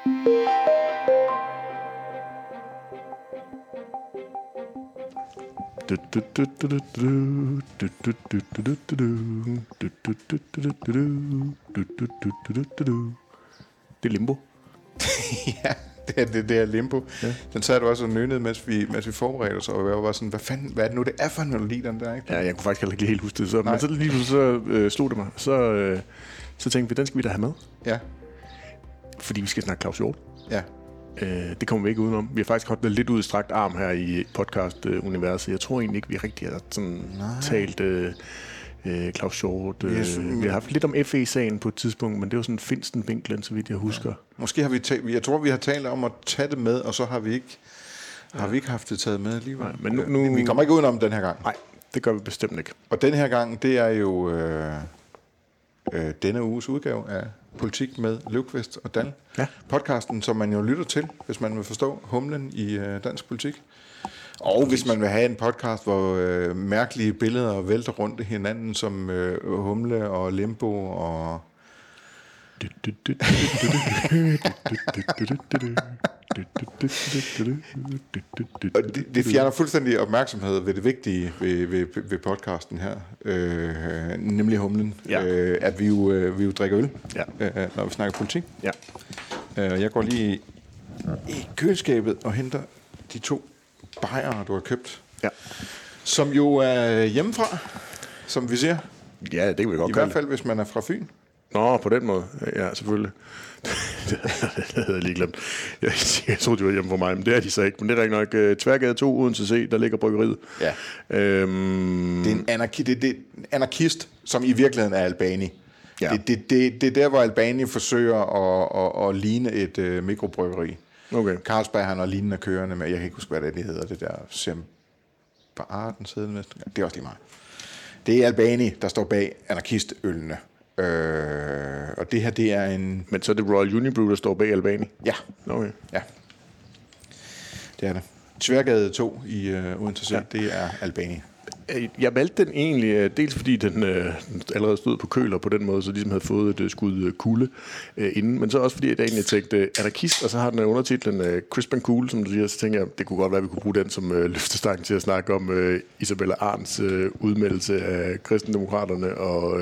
Det er Limbo. Ja, det er Limbo. Ja. Den sad du også og nynede, mens vi forberedte os, og jeg var sådan, hvad er det nu, det er for en melodi, den der, ikke? Ja, jeg kunne faktisk heller ikke helt huske det. Så, men så lige pludselig slog det mig. Så tænkte vi, den skal vi da have med. Ja. Fordi vi skal snakke Claus Hjort. Ja. Det kommer vi ikke udenom. Vi har faktisk holdt lidt ud i strakt arm her i podcast-universet. Jeg tror egentlig ikke, vi rigtig har sådan talt Claus Hjort. Vi har haft lidt om FE-sagen på et tidspunkt, men det var sådan Finsten-vinklen, så vidt jeg husker. Ja. Måske har jeg tror, vi har talt om at tage det med, og så har vi ikke haft det taget med alligevel. Nej, men nu, vi kommer ikke udenom den her gang. Nej, det gør vi bestemt ikke. Og den her gang, det er jo denne uges udgave af Politik med Løvqvist og Dall. Ja. Podcasten, som man jo lytter til, hvis man vil forstå humlen i dansk politik. Og hvis man vil have en podcast, hvor mærkelige billeder vælter rundt i hinanden, som Humle og Limbo og... Det fjerner fuldstændig opmærksomhed ved det vigtige ved podcasten her, nemlig humlen, at vi jo drikker øl, når vi snakker politik. Ja. Jeg går lige i køleskabet og henter de 2 bajere, du har købt, som jo er hjemmefra, som vi siger. Ja, det kan vi godt i hvert fald, hvis man er fra Fyn. Nå, på den måde. Ja, selvfølgelig. Det havde jeg lige glemt. Jeg troede, de var hjemme for mig, men det er de så ikke. Men det er rigtig nok Tværgade 2 Odense C, der ligger bryggeriet. Ja. Det er en anarkist, som i virkeligheden er Albani. Ja. Det er der, hvor Albani forsøger at ligne et mikrobryggeri. Okay. Carlsberg har noget lignende kørende med, jeg kan ikke huske, hvad det hedder, det der Sembarten siddende. Det er også lige meget. Det er Albani, der står bag anarkistølene. Og det her, det er en... Men så er det Royal Unibrew, der står bag Albani? Ja. Okay. Ja. Det er det. Tværgade 2 i Odense C, det er Albani. Jeg valgte den egentlig, dels fordi den allerede stod på køl, og på den måde så ligesom havde fået et skud kulde inden, men så også fordi jeg egentlig tænkte anarkist, og så har den undertitlen Crisp and Cool, som du siger, så tænker jeg, det kunne godt være, at vi kunne bruge den som løftestang til at snakke om Isabella Arndts udmeldelse af Kristendemokraterne,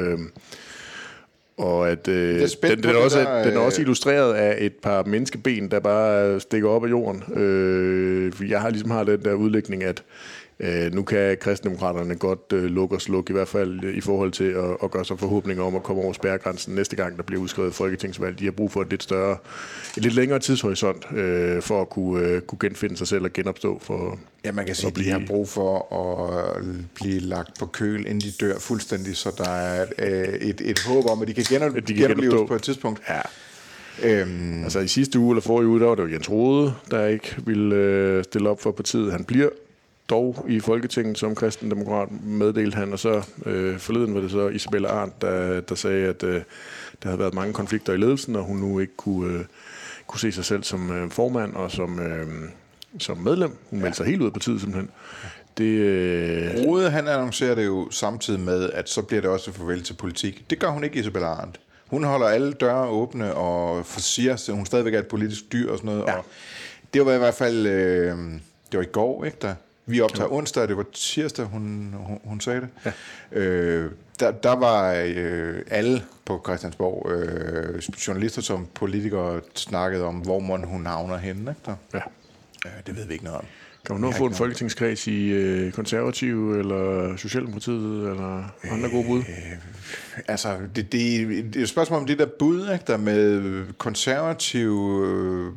og at den er også illustreret af et par menneskeben, der bare stikker op af jorden. Jeg har ligesom den der udlægning, at nu kan Kristendemokraterne godt lukke og slukke, i hvert fald i forhold til at gøre sig forhåbninger om at komme over spærregrænsen næste gang, der bliver udskrevet folketingsvalg. De har brug for et lidt længere tidshorisont for at kunne genfinde sig selv og genopstå. Ja, man kan sige, at de har brug for at blive lagt på køl, inden de dør fuldstændig, så der er et håb om, at de kan genopleves på et tidspunkt. Ja. Altså i sidste uge eller forrige uge, der var det jo Jens Rohde, der ikke ville stille op for partiet. Han bliver dog i Folketinget som kristendemokrat, meddelte han, og så forleden var det så Isabella Arndt, der sagde, at der havde været mange konflikter i ledelsen, og hun nu ikke kunne se sig selv som formand og som medlem. Hun meldte sig helt ud af partiet simpelthen. Rohde, han annoncerer det jo samtidig med, at så bliver det også farvel til politik. Det gør hun ikke, Isabella Arndt. Hun holder alle døre åbne og siger, at hun stadigvæk er et politisk dyr og sådan noget. Ja. Og det var i hvert fald, det var i går, ikke der? Vi optager onsdag, det var tirsdag, hun sagde det. Ja. Der var alle på Christiansborg, journalister som politikere, snakkede om, hvor hun havner henne. Ikke der? Ja. Det ved vi ikke noget om. Kan hun nå få en folketingskreds i Konservative eller Socialdemokratiet eller andre gode bud? Altså, det er et spørgsmål om det der bud, ikke, der med Konservative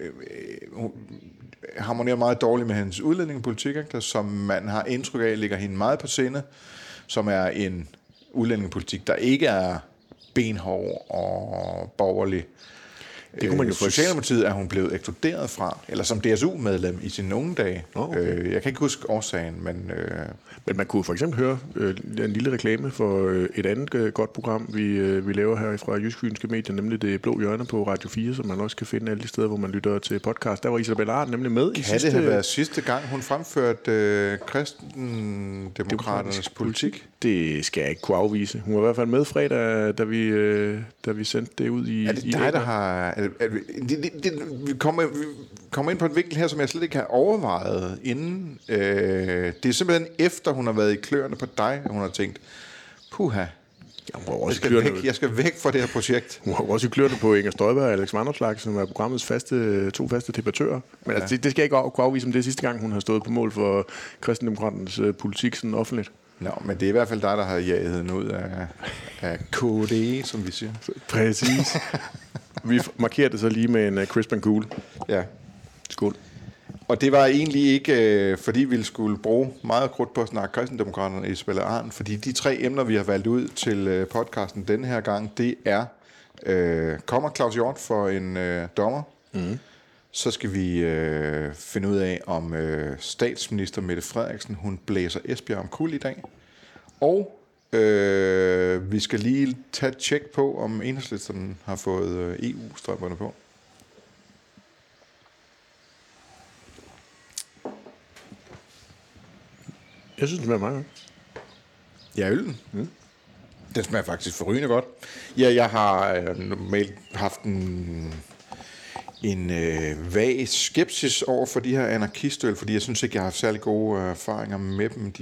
harmonerer meget dårligt med hendes udlændingepolitik, ikke, der, som man har indtryk af, ligger hende meget på sinde, som er en udlændingepolitik, der ikke er benhård og borgerlig. Det kunne man jo Socialdemokratiet er hun blevet ekskluderet fra, eller som DSU-medlem i sine unge dage. Okay. Jeg kan ikke huske årsagen, men... Men man kunne for eksempel høre en lille reklame for et andet godt program, vi laver her fra Jysk-Fynske Medier, nemlig Det Blå Hjørne på Radio 4, som man også kan finde alle de steder, hvor man lytter til podcast. Der var Isabella Arndt nemlig med i sidste... Kan det have været sidste gang, hun fremførte Kristendemokraternes politik? Det skal jeg ikke kunne afvise. Hun var i hvert fald med fredag, da vi sendte det ud i... Er det dig, der har vi kommer ind på en vinkel her, som jeg slet ikke har overvejet inden. Det er simpelthen efter, hun har været i kløerne på dig, hun har tænkt, puha, jeg skal væk fra det her projekt. Hun har også i kløerne på Inger Støjberg og Alex Vanopslagh, som er programmets to faste debattører. Men altså, det skal jeg ikke kunne afvise, om det er sidste gang, hun har stået på mål for Kristendemokraternes politik sådan offentligt. Nå, men det er i hvert fald dig, der har jaget hende ud af KDE, som vi siger. Præcis. Vi markerer det så lige med en crisp and cool. Ja. Skål. Og det var egentlig ikke, fordi vi skulle bruge meget krudt på at snakke Kristendemokraterne i Isabella Arendt, fordi de 3 emner, vi har valgt ud til podcasten denne her gang, det er, kommer Claus Hjort for en dommer? Mm. Så skal vi finde ud af, om statsminister Mette Frederiksen, hun blæser Esbjerg omkuld i dag. Og vi skal lige tage et tjek på, om Enhedslisten har fået EU-strømperne på. Jeg synes, det smager meget godt. Ja, øllen. Mm. Den smager faktisk forrygende godt. Ja, jeg har normalt haft en vag skepsis over for de her anarkistøl, fordi jeg synes ikke, jeg har haft særlig gode erfaringer med dem.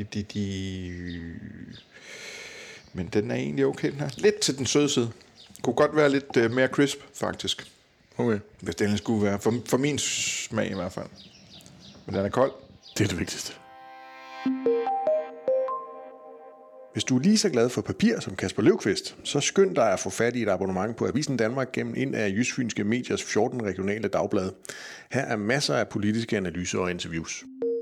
Men den er egentlig okay, den her. Lidt til den søde side. Kunne godt være lidt mere crisp, faktisk. Okay. Hvis den skulle være. For min smag i hvert fald. Men den er kold. Det er det vigtigste. Hvis du er lige så glad for papir som Kasper Løvqvist, så skynd dig at få fat i et abonnement på Avisen Danmark gennem en af Jysfynske Mediers 14 regionale dagblade. Her er masser af politiske analyser og interviews.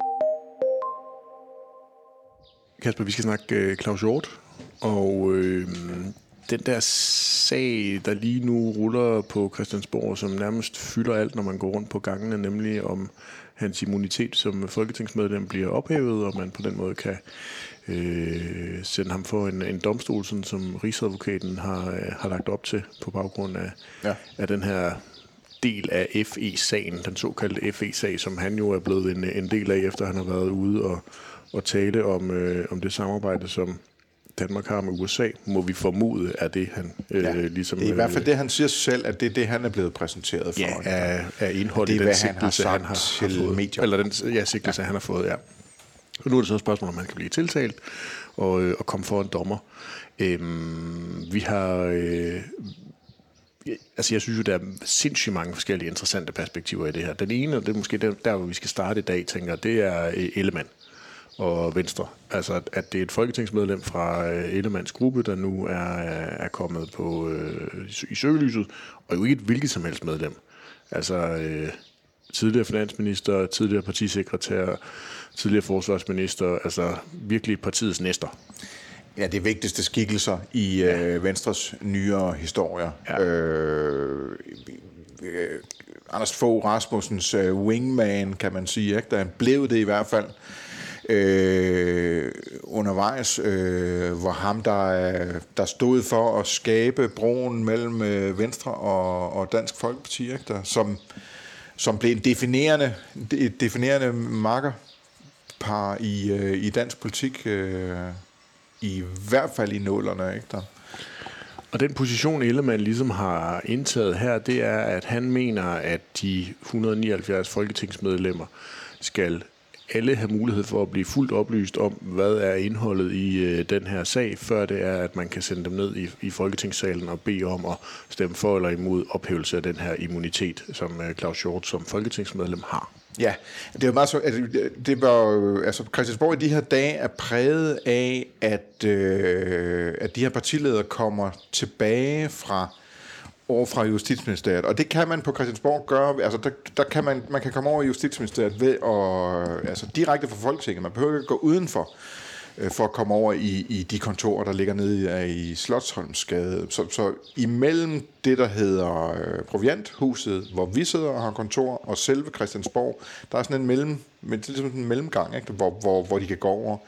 Kasper, vi skal snakke Claus Hjort, og den der sag, der lige nu ruller på Christiansborg, som nærmest fylder alt, når man går rundt på gangene, nemlig om hans immunitet som folketingsmedlem bliver ophævet, og man på den måde kan sende ham for en domstol, sådan som Rigsadvokaten har lagt op til på baggrund af den her del af FE-sagen, den såkaldte FE-sag, som han jo er blevet en del af, efter han har været ude og tale om det samarbejde, som Danmark har med USA, må vi formode, er det, han ligesom... Det er i hvert fald det, han siger selv, at det er det, han er blevet præsenteret for. Ja, af indhold i den sigtelse, han har fået. Medier. Eller den sigtelse, han har fået, ja. Og nu er det så et spørgsmål, om man kan blive tiltalt og komme for en dommer. Vi har... altså, jeg synes jo, der er sindssygt mange forskellige interessante perspektiver i det her. Den ene, og det er måske der, hvor vi skal starte i dag, tænker det er Ellemann og Venstre. Altså, at det er et folketingsmedlem fra Ellemanns gruppe, der nu er kommet på i søgelyset, og jo ikke et hvilket som helst medlem. Altså, tidligere finansminister, tidligere partisekretær, tidligere forsvarsminister, altså virkelig partiets næster. Ja, det vigtigste skikkelser i Venstres nyere historier. Ja. Anders Fogh Rasmussens wingman, kan man sige, ikke? Der blev det i hvert fald. Undervejs, hvor ham, der stod for at skabe broen mellem Venstre og Dansk Folkeparti, ikke? Som blev et definerende makkerpar i dansk politik, i hvert fald i nullerne, ikke der? Og den position, Ellemann ligesom har indtaget her, det er, at han mener, at de 179 folketingsmedlemmer skal alle have mulighed for at blive fuldt oplyst om, hvad er indholdet i den her sag, før det er, at man kan sende dem ned i Folketingssalen og bede om at stemme for eller imod ophævelse af den her immunitet, som Claus Hjort som folketingsmedlem har. Ja, det er jo meget så, altså Christiansborg i de her dage er præget af, at de her partiledere kommer tilbage fra Justitsministeriet, og det kan man på Christiansborg gøre, altså der kan man kan komme over i Justitsministeriet ved at, altså direkte fra Folketinget, man behøver ikke gå udenfor for at komme over i de kontorer, der ligger nede i Slotsholmsgade. Så imellem det, der hedder Provianthuset, hvor vi sidder og har kontor, og selve Christiansborg, der er sådan en mellemgang, ikke? Hvor de kan gå over.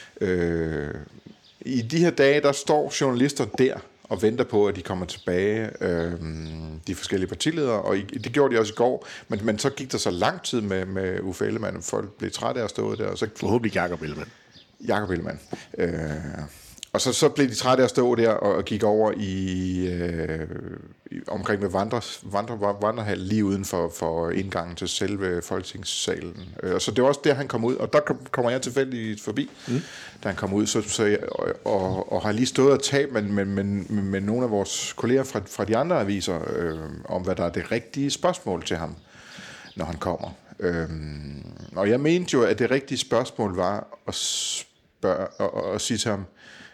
I de her dage, der står journalister der og venter på, at de kommer tilbage, de forskellige partiledere, og det gjorde de også i går, men så gik der så lang tid med Uffe Ellemann, folk blev trætte af at stå der. Og så forhåbentlig Jakob Ellemann. Jakob Ellemann. Og så blev de trætte af at stå der og gik over omkring ved vandrehal lige uden for indgangen til selve folketingssalen. Og så det var også der, han kom ud, og der kommer jeg tilfældigt forbi, da han kom ud, og har lige stået og talt med nogle af vores kolleger fra de andre aviser om, hvad der er det rigtige spørgsmål til ham, når han kommer. Og jeg mente jo, at det rigtige spørgsmål var at spørge og sige til ham,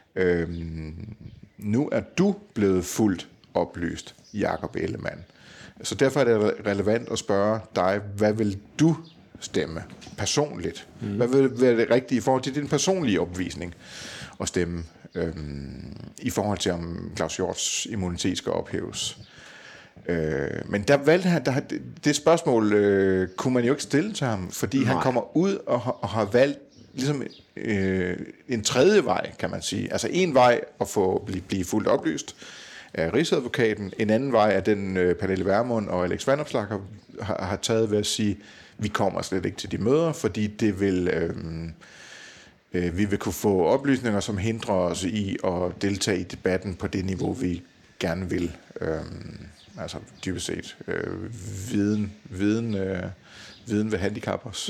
nu er du blevet fuldt oplyst, Jakob Ellemann. Så derfor er det relevant at spørge dig, hvad vil du stemme personligt? Hvad vil være det rigtige i forhold til din personlige opvisning at stemme i forhold til, om Claus Hjorts immunitet skal ophæves? Men der valgte han, det spørgsmål kunne man jo ikke stille til ham, fordi han kommer ud og har valgt ligesom en tredje vej, kan man sige. Altså en vej at blive fuldt oplyst af Rigsadvokaten, en anden vej er den Pernille Vermund og Alex Vanopslagh har taget ved at sige, vi kommer slet ikke til de møder, fordi det vil vi vil kunne få oplysninger, som hindrer os i at deltage i debatten på det niveau, vi gerne vil. Altså dybest set viden vil handicappe os.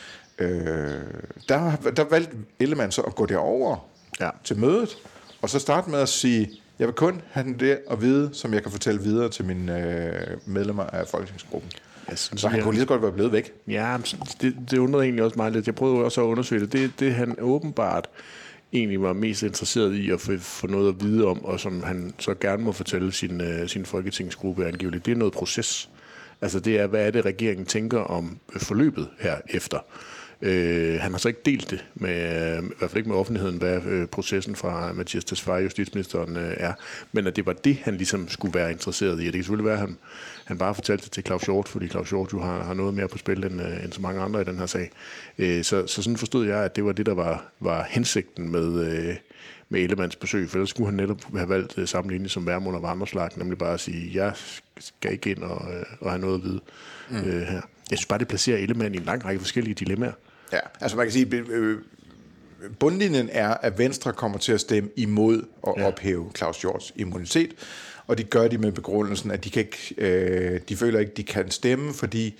Der valgte Ellemann så at gå derover til mødet, og så starte med at sige, jeg vil kun have det at vide, som jeg kan fortælle videre til mine medlemmer af folketingsgruppen. Så han kunne lige så godt være blevet væk. Ja, det undrede egentlig også meget lidt. Jeg prøvede også at undersøge det. Det han åbenbart egentlig var mest interesseret i at få noget at vide om, og som han så gerne må fortælle sin folketingsgruppe angiveligt, det er noget proces. Altså det er, hvad er det, regeringen tænker om forløbet herefter. Han har så ikke delt det, i hvert fald ikke med offentligheden, hvad processen fra Mattias Tesfaye, justitsministeren, er. Men at det var det, han ligesom skulle være interesseret i. Og det kan selvfølgelig være, at han bare fortalte det til Claus Hjort, fordi Claus Hjort jo har noget mere på spil end så mange andre i den her sag. Så sådan forstod jeg, at det var det, der var hensigten med Ellemanns besøg, for ellers skulle han netop have valgt samme linje som Vermund og Vanopslagh, nemlig bare at sige, jeg skal ikke ind og have noget at vide her. Jeg synes bare, det placerer Ellemann i en lang række forskellige dilemmaer. Ja, altså man kan sige, bundlinjen er, at Venstre kommer til at stemme imod at ophæve Claus Hjorts immunitet, og det gør de med begrundelsen, at de kan ikke, de føler ikke, de kan stemme, fordi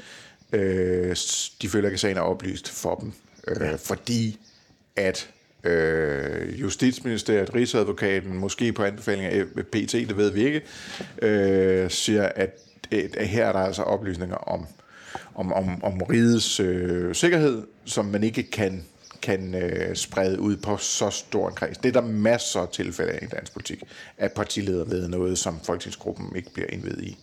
de føler ikke, at sagen er oplyst for dem. Fordi at Justitsministeriet, Rigsadvokaten, måske på anbefaling af PT, det ved vi ikke, siger, at her er der altså oplysninger om rigets sikkerhed, som man ikke kan sprede ud på så stor en kreds. Det er der masser af tilfælde af i dansk politik, at partiledere ved noget, som folketingsgruppen ikke bliver indviet i.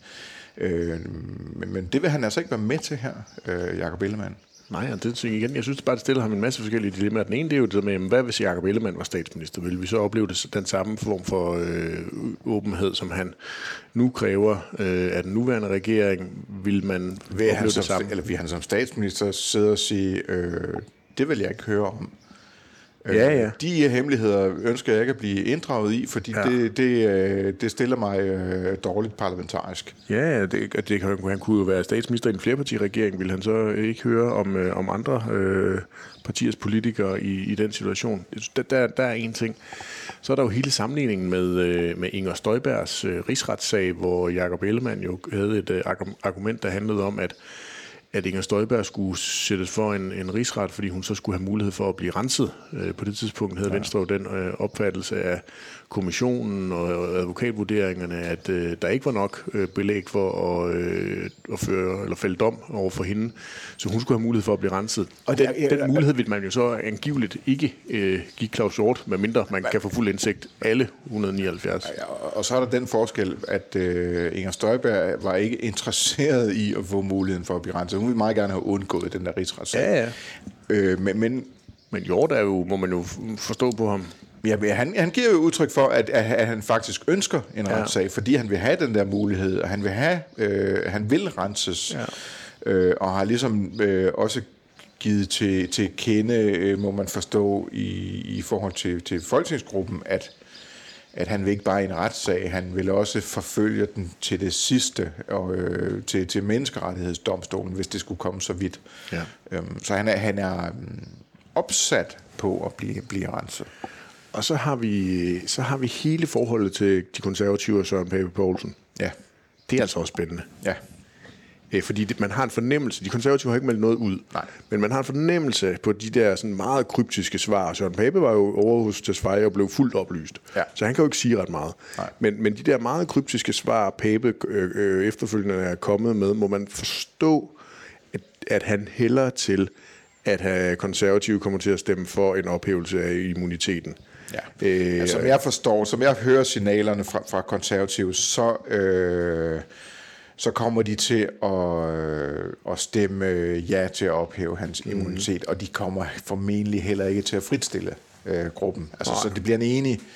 Men det vil han altså ikke være med til her, Jakob Ellemann. Nej, og det igen, jeg synes det bare, det stiller ham en masse forskellige dilemmaer. Den ene, det er jo det med, hvad hvis Jakob Ellemann var statsminister? Vil vi så opleve den samme form for åbenhed, som han nu kræver af den nuværende regering? Vil man opleve det samme? Eller vil han som statsminister sidde og sige, det vil jeg ikke høre om? Ja. De hemmeligheder ønsker jeg ikke at blive inddraget i, fordi det stiller mig dårligt parlamentarisk. Ja, han kunne jo være statsminister i en flerpartiregering. Vil han så ikke høre om andre partiers politikere i den situation? Der er en ting. Så er der jo hele sammenligningen med Inger Støjbergs rigsretssag, hvor Jakob Ellemann jo havde et argument, der handlede om, at Inger Støjberg skulle sættes for en rigsret, fordi hun så skulle have mulighed for at blive renset. På det tidspunkt havde Venstre jo den opfattelse af kommissionen og advokatvurderingerne, at der ikke var nok belæg for at føre eller fælde dom over for hende, så hun skulle have mulighed for at blive renset. Og den mulighed vil man jo så angiveligt ikke give Claus Hjort, medmindre man kan få fuld indsigt alle 179. Og så er der den forskel, at Inger Støjberg var ikke interesseret i at få muligheden for at blive renset. Hun ville meget gerne have undgået den der rigsretssag. Ja. Men Hjort er jo, må man jo forstå på ham. Ja, han giver jo udtryk for, at han faktisk ønsker en retssag, fordi han vil have den der mulighed, og han vil renses, og har ligesom også givet til kende, må man forstå, i forhold til folketingsgruppen, at han vil ikke bare i en retssag, han vil også forfølge den til det sidste, og til menneskerettighedsdomstolen, hvis det skulle komme så vidt. Så han er opsat på at blive renset. Og så har vi hele forholdet til de konservative og Søren Pape Poulsen. Ja. Det er altså også spændende. Ja. Fordi man har en fornemmelse, de konservative har ikke meldt noget ud, Nej. men man har en fornemmelse på de der sådan meget kryptiske svar. Søren Pape var jo over hos Tesfaye og blev fuldt oplyst, så han kan jo ikke sige ret meget. Men de der meget kryptiske svar, Pape efterfølgende er kommet med, må man forstå, at han hælder til, at konservative kommer til at stemme for en ophævelse af immuniteten. Ja. Som jeg forstår, som jeg hører signalerne fra konservative, så kommer de til at stemme ja til at ophæve hans immunitet, og de kommer formentlig heller ikke til at fritstille gruppen. Altså, så det bliver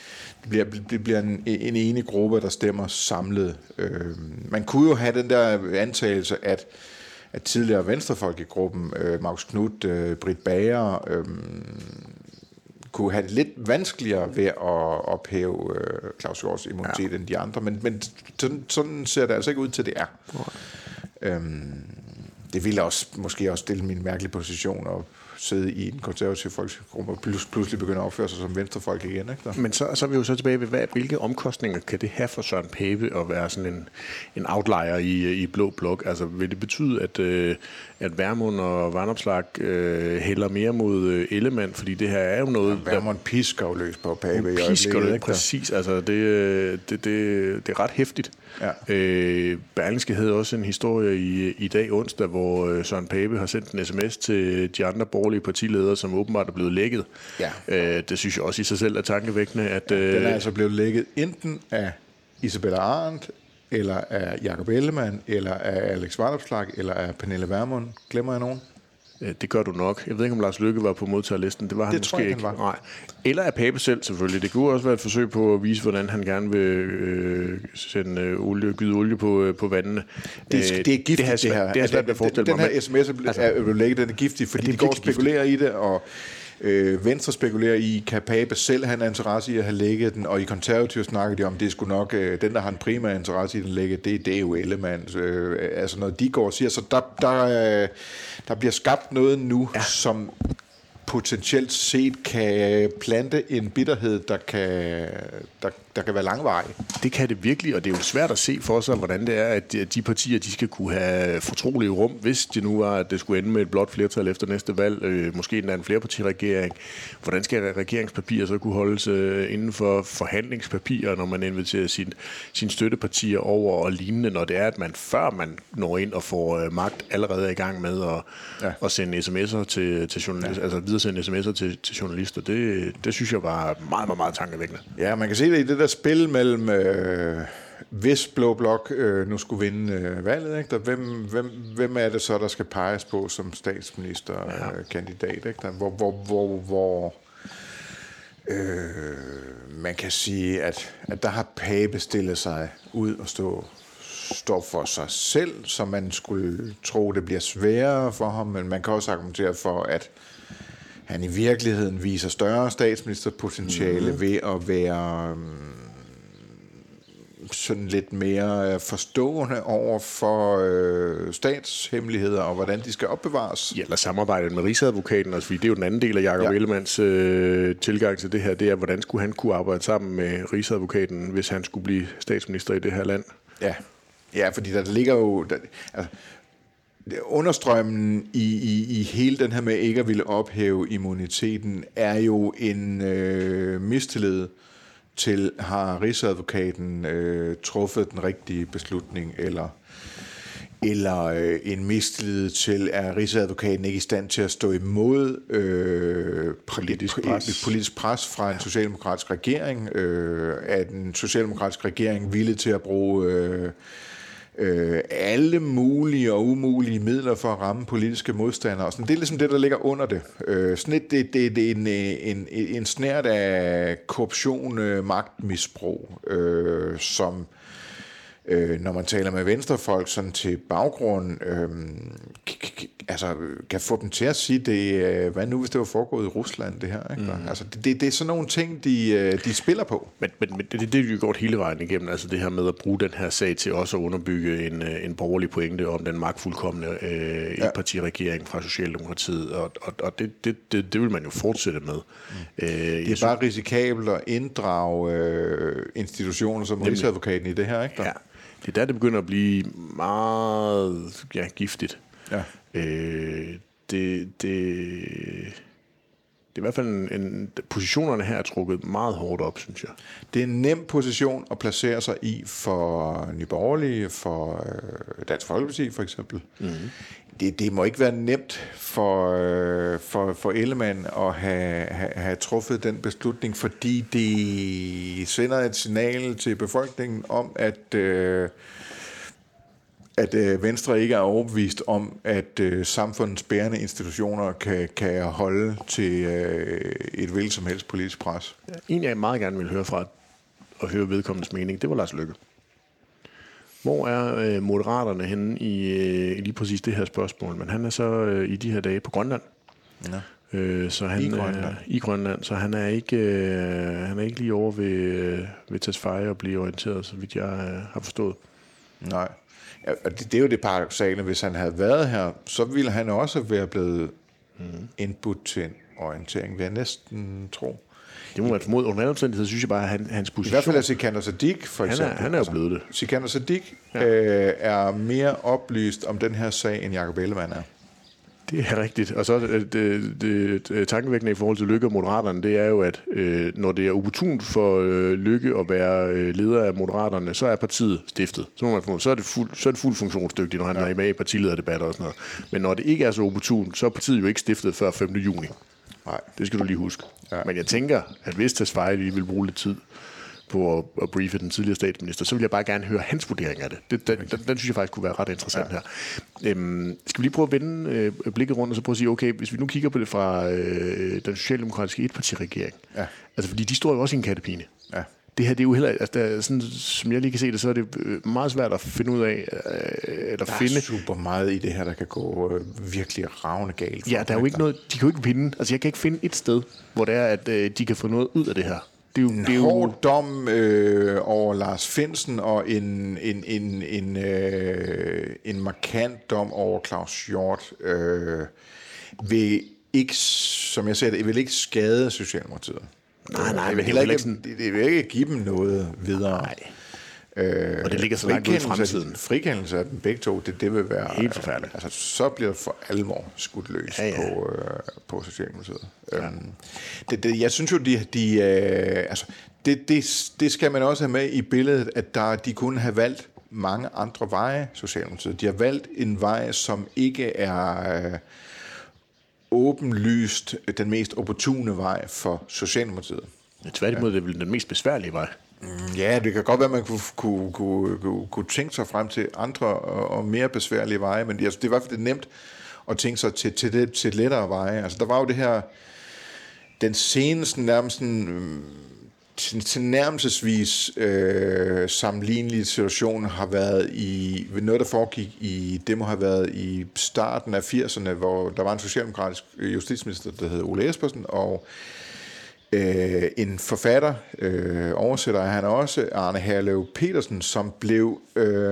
en enig gruppe, der stemmer samlet. Man kunne jo have den der antagelse, at tidligere venstrefolk i gruppen, Marcus Knuth, Britt Bager, kunne have det lidt vanskeligere ved at ophæve Claus Hjorts immunitet end de andre, men sådan ser det altså ikke ud til, det er. Det ville måske også stille min mærkelige position og sidde i en konservativ folketingsgruppe og pludselig begynde at opføre sig som venstrefolk igen. Ikke? Men så er vi jo så tilbage ved, hvilke omkostninger kan det have for Søren Pape at være sådan en outlier i blå blok? Altså vil det betyde, at Vermund og Vanopslagh hælder mere mod Ellemann, fordi det her er jo noget... Ja, Vermund pisker jo løs på Pape. Pisker løs, præcis. Altså det er ret hæftigt. Ja. Berlingske havde også en historie i dag onsdag, hvor Søren Pape har sendt en sms til de andre borgerlige partiledere, som åbenbart er blevet lækket. Ja. Det synes jeg også i sig selv er tankevækkende. At, den er altså blevet lækket enten af Isabella Arendt, eller af Jakob Ellemann, eller af Alex Vanopslagh, eller af Pernille Vermund. Glemmer jeg nogen? Det gør du nok. Jeg ved ikke, om Lars Løkke var på modtagerlisten. Det var han måske ikke. Nej. Eller af Pape selv, selvfølgelig. Det kunne også være et forsøg på at vise, hvordan han gerne vil gyde olie på vandene. Det er giftigt, det her. Det er svært at forestille mig. Den her sms er lækket, den er giftig, fordi de går og spekulerer i det, og Venstre spekulerer i, kan Pape selv have en interesse i at have lægget den, og i konservative snakker de om, det er sgu nok, den der har en primær interesse i den lægget, det er jo Ellemann. Altså noget de går og siger, så der bliver skabt noget nu, som potentielt set kan plante en bitterhed, der kan være langvarig. Det kan det virkelig, og det er jo svært at se for sig, hvordan det er, at de partier, de skal kunne have fortrolige rum, hvis det nu var, at det skulle ende med et blåt flertal efter næste valg, måske endda en flerpartiregering. Hvordan skal regeringspapirer så kunne holdes inden for forhandlingspapirer, når man inviterer sine støttepartier over og lignende, når det er, at man før man når ind og får magt, allerede er i gang med at sende sms'er til journalister, altså videresende sms'er til journalister. Det synes jeg var meget, meget, meget tankevækkende. Ja, man kan se det i det der spil mellem hvis Blå Blok nu skulle vinde valget, ikke? Hvem er det så, der skal peges på som statsministerkandidat? Ikke? Hvor man kan sige, at der har Pape stillet sig ud og står for sig selv, så man skulle tro, det bliver sværere for ham, men man kan også argumentere for, at han i virkeligheden viser større statsministerpotentiale ved at være sådan lidt mere forstående over for statshemmeligheder og hvordan de skal opbevares. Ja, eller samarbejdet med Rigsadvokaten, altså, fordi det er jo den anden del af Jakob Ellemanns tilgang til det her, det er, hvordan skulle han kunne arbejde sammen med Rigsadvokaten, hvis han skulle blive statsminister i det her land? Ja, fordi der ligger jo... Understrømmen i hele den her med ikke at ville ophæve immuniteten er jo en mistillid til, har Rigsadvokaten truffet den rigtige beslutning, eller en mistillid til, at Rigsadvokaten ikke i stand til at stå imod politisk pres fra en socialdemokratisk regering, at en socialdemokratisk regering villig til at bruge alle mulige og umulige midler for at ramme politiske modstandere. Og sådan, det er ligesom det, der ligger under det. Det er en snært af korruption, magtmisbrug, som når man taler med venstrefolk sådan til baggrund, kan få dem til at sige, hvad nu hvis det var foregået i Rusland, det her? Ikke? Altså, det er sådan nogle ting, de spiller på. Men det er jo gjort hele vejen igennem, altså det her med at bruge den her sag til også at underbygge en borgerlig pointe om den magtfuldkomne etpartiregering fra Socialdemokratiet, og det vil man jo fortsætte med. Det er bare risikabelt at inddrage institutioner som Rigsadvokaten i det her, ikke? Ja, det er der, det begynder at blive meget giftigt. Ja. Det er i hvert fald positionerne her er trukket meget hårdt op, synes jeg. Det er en nem position at placere sig i for Nye Borgerlige, for Dansk Folkeparti for eksempel. Mm-hmm. Det må ikke være nemt for Ellemann at have truffet den beslutning, fordi det sender et signal til befolkningen om, at Venstre ikke er overbevist om, at samfundets bærende institutioner kan holde til et hvilket som helst politisk pres. En, jeg meget gerne vil høre fra og høre vedkommendes mening, det var Lars Løkke. Hvor er Moderaterne henne i lige præcis det her spørgsmål? Men han er så i de her dage på Grønland. Ja. Så han i Grønland, så han er ikke lige over ved Tesfaye og blive orienteret, så vidt jeg har forstået. Nej. Ja, det er jo det paradoksale. Hvis han havde været her, så ville han også være blevet indbudt til en orientering, vil jeg næsten tro. Det må man formode. Under anden omstændighed, synes jeg bare, at hans position... I hvert fald er Sikander Siddiq, for eksempel. Han er jo blevet det. Sikander Siddiq er mere oplyst om den her sag, end Jakob Ellemann er. Det er rigtigt. Og så det tankevækkende i forhold til Løkke og Moderaterne, det er jo, at når det er opportunt for Løkke at være leder af Moderaterne, så er partiet stiftet. Så er det fuldt funktionsdygtigt, når han er med i partilederdebatter og sådan noget. Men når det ikke er så opportunt, så er partiet jo ikke stiftet før 5. juni. Nej. Det skal du lige huske. Ja. Men jeg tænker, at hvis Tesfaye lige vil bruge lidt tid på at briefe den tidligere statsminister, så vil jeg bare gerne høre hans vurdering af det. Den synes jeg faktisk kunne være ret interessant her. Skal vi lige prøve at vende blikket rundt og så prøve at sige, okay, hvis vi nu kigger på det fra den socialdemokratiske etpartiregering, altså fordi de står jo også i en kattepine. Ja. Det her, det er jo heller, altså sådan, som jeg lige kan se det, så er det meget svært at finde ud af, eller finde. Der er super meget i det her, der kan gå virkelig ravne galt. Ja, der er jo ikke noget, de kan jo ikke finde, altså jeg kan ikke finde et sted, hvor det er, at de kan få noget ud af det her. Det er jo hård dom over Lars Findsen og en markant dom over Claus Hjort vil ikke, som jeg siger det, vil ikke skade Socialdemokratiet. Nej, men det vil ikke give dem noget videre. Nej. Og det ligger så langt ud i fremtiden. Frikendelse af dem begge to, det vil være helt forfærdeligt. Altså, så bliver det for alvor skudt løs på Socialdemokratiet. Ja. Jeg synes jo, det skal man også have med i billedet, at de kunne have valgt mange andre veje, Socialdemokratiet. De har valgt en vej, som ikke er åbenlyst den mest opportune vej for Socialdemokratiet. Tværtimod, det er vel den mest besværlige vej. Ja, det kan godt være, at man kunne tænke sig frem til andre og mere besværlige veje, men det er i hvert fald nemt at tænke sig til lettere veje. Altså, der var jo det her, den seneste nærmest tilnærmelsesvis sammenlignelige situation har været i noget, der foregik det må have været i starten af 80'erne, hvor der var en socialdemokratisk justitsminister, der hed Ole Espersen, og en forfatter, oversætter han også, Arne Herlev Petersen, som blev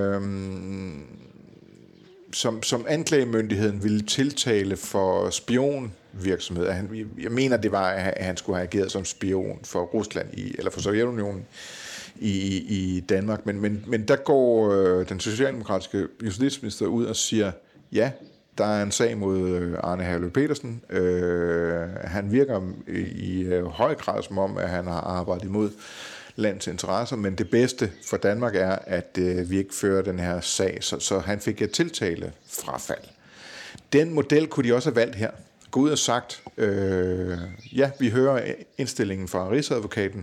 som anklagemyndigheden ville tiltale for spionvirksomhed. Jeg mener, det var, at han skulle have ageret som spion for Rusland eller for Sovjetunionen i Danmark. Men der går den socialdemokratiske justitsminister ud og siger, ja, der er en sag mod Arne Herlev Petersen. Han virker i høj grad som om, at han har arbejdet imod landets interesser, men det bedste for Danmark er, at vi ikke fører den her sag, så han fik et tiltale frafald. Den model kunne de også have valgt her. Gå ud og sagt, ja, vi hører indstillingen fra Rigsadvokaten.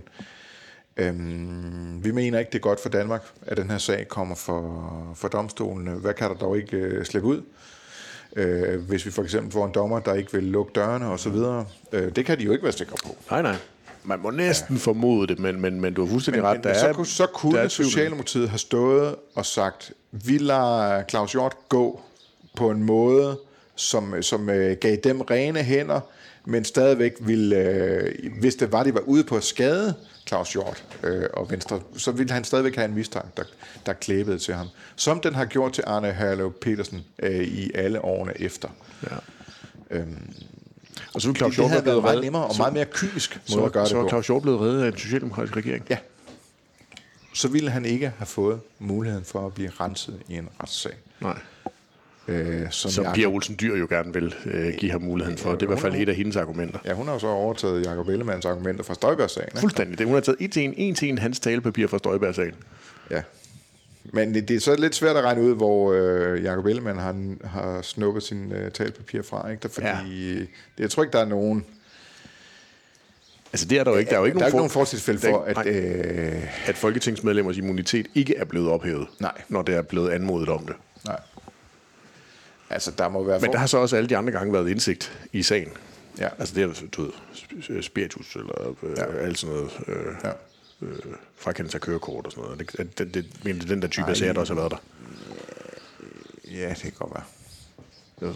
Vi mener ikke, det er godt for Danmark, at den her sag kommer for domstolene. Hvad kan der dog ikke slippe ud? Hvis vi for eksempel får en dommer, der ikke vil lukke dørene og så videre. Det kan de jo ikke være sikre på. Nej. Man må næsten formode det, men du har fuldstændig ret. Så kunne Socialdemokratiet have stået og sagt, vi lader Claus Hjort gå på en måde, som gav dem rene hænder, men stadigvæk ville, hvis det var, de var ude på at skade Claus Hjort og Venstre, så ville han stadigvæk have en mistanke, der klæbede til ham. Som den har gjort til Arne Herløv Petersen i alle årene efter. Ja. Og så Claus Hjort blevet meget nemmere og meget mere kynisk måde at gøre det på. Så Claus Hjort blevet reddet af en socialdemokratisk regering? Ja. Så ville han ikke have fået muligheden for at blive renset i en retssag. Nej. Som Pia Olsen Dyhr jo gerne vil give ham muligheden for. Det er i hvert fald et af hendes argumenter. Ja, hun har jo så overtaget Jakob Ellemanns argumenter fra Støjberg-sagen. Fuldstændig. Hun har taget en til en hans talepapir fra Støjberg-sagen. Ja. Men det er så lidt svært at regne ud, hvor Jakob Ellemann har snuppet sin talepapir fra. Ikke? Fordi jeg tror ikke, der er nogen... Altså det er der jo ikke. Der er jo ikke nogen fortilfælde for, at folketingsmedlemmers immunitet ikke er blevet ophævet, når det er blevet anmodet om det. Nej. Altså, der må være Men der har så også alle de andre gange været indsigt i sagen. Ja. Altså det er du ved, spiritus eller alt sådan noget. Frakendelse af kørekort og sådan noget. Det er den der type af sager, der også har været der. Ja, det kan godt være.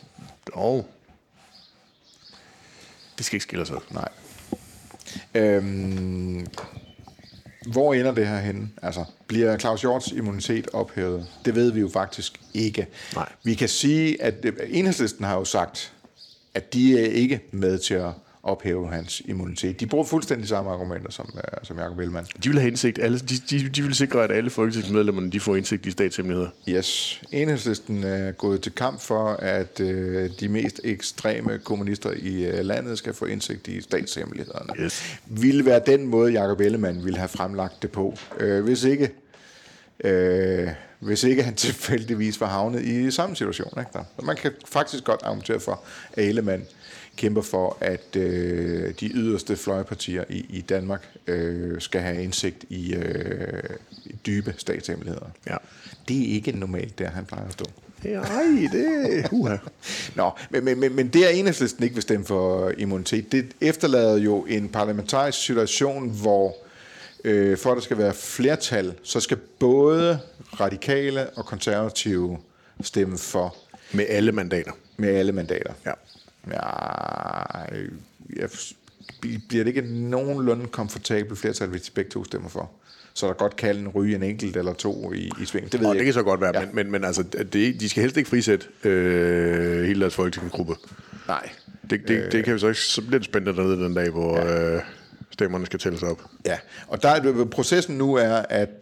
Det skal ikke skille sig. Nej. Hvor ender det her henne? Altså, bliver Claus Hjorts immunitet ophævet? Det ved vi jo faktisk ikke. Nej. Vi kan sige, at Enhedslisten har jo sagt, at de er ikke med til at ophæve hans immunitet. De bruger fuldstændig samme argumenter som Jakob Ellemann. De vil have indsigt. De vil sikre, at alle folketingsmedlemmerne de får indsigt i statshemmeligheder. Yes. Enhedslisten er gået til kamp for, at de mest ekstreme kommunister i landet skal få indsigt i statshemmelighederne. Yes. Ville være den måde, Jakob Ellemann ville have fremlagt det på. Hvis ikke han tilfældigvis var havnet i samme situation. Ikke? Så man kan faktisk godt argumentere for, at Ellemann kæmper for, at de yderste fløjpartier i Danmark skal have indsigt i dybe statshemmeligheder. Ja. Det er ikke normalt, der han plejer at stå. Nej, det er Nå, men det er Enhedslisten ikke vil stemme for immunitet. Det efterlader jo en parlamentarisk situation, hvor for at der skal være flertal, så skal både radikale og konservative stemme for. Med alle mandater. Med alle mandater. Ja. Bliver det ikke nogenlunde komfortabelt flertal, hvis de begge to stemmer for? Så der godt kan ryge en enkelt eller to i sving. Det ved jeg det kan så godt være, ja. men altså, de skal helst ikke frisætte hele deres folketingsgruppe. Nej. Det kan vi så ikke. Så bliver det spændende dernede den dag, hvor stemmerne skal tælles op. Ja, og processen nu er, at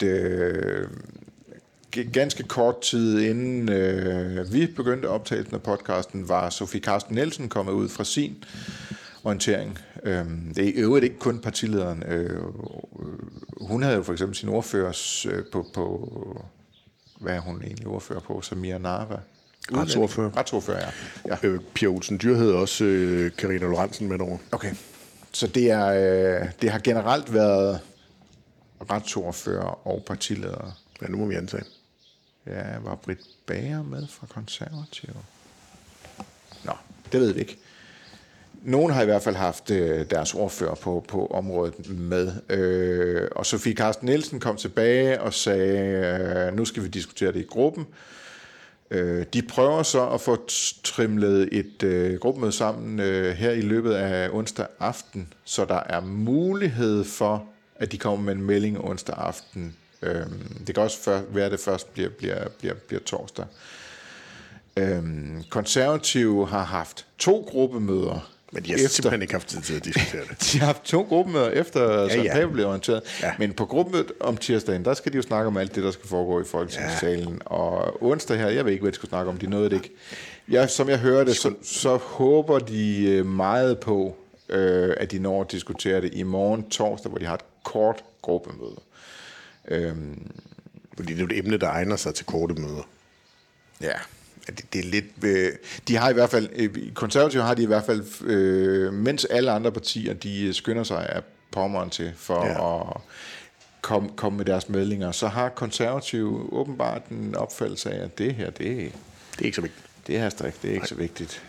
ganske kort tid inden vi begyndte optagelsen af podcasten, var Sofie Carsten Nielsen kommet ud fra sin orientering. Det er i øvrigt ikke kun partilederen. Hun havde jo for eksempel sin ordførers på hvad er hun egentlig ordfører på? Samira Narva. Retsordfører, ja. Pia Olsen Dyhr hed også Karina Lorentzen med over. Okay, så det har generelt været retsordfører og partileder. Ja, nu må vi antage. Ja, var Britt Bager med fra Konservative? Nå, det ved vi ikke. Nogen har i hvert fald haft deres ordfører på området med. Og Sofie Carsten Nielsen kom tilbage og sagde, nu skal vi diskutere det i gruppen. De prøver så at få trimlet et gruppemøde sammen her i løbet af onsdag aften, så der er mulighed for, at de kommer med en melding onsdag aften. Det kan også være, at det først bliver torsdag. Konservative har haft 2 gruppemøder. Men de har simpelthen ikke haft tid til at diskutere det. De har haft 2 gruppemøder efter Søren Pape blev orienteret. Ja. Men på gruppemødet om tirsdagen, der skal de jo snakke om alt det, der skal foregå i Folketingssalen. Ja. Og onsdag her, jeg ved ikke, hvad de skal snakke om. De nåede det ikke. Som jeg hører det, så håber de meget på, at de når at diskutere det i morgen torsdag, hvor de har et kort gruppemøde. Fordi det er et emne, der egner sig til korte møder. Ja, det er lidt... De har i hvert fald... Konservative har de i hvert fald... mens alle andre partier, de skynder sig af pommeren til for at komme med deres meldinger, så har Konservative åbenbart en opfattelse af, at det her, det er ikke så vigtigt. Det her strik, det er ikke så vigtigt.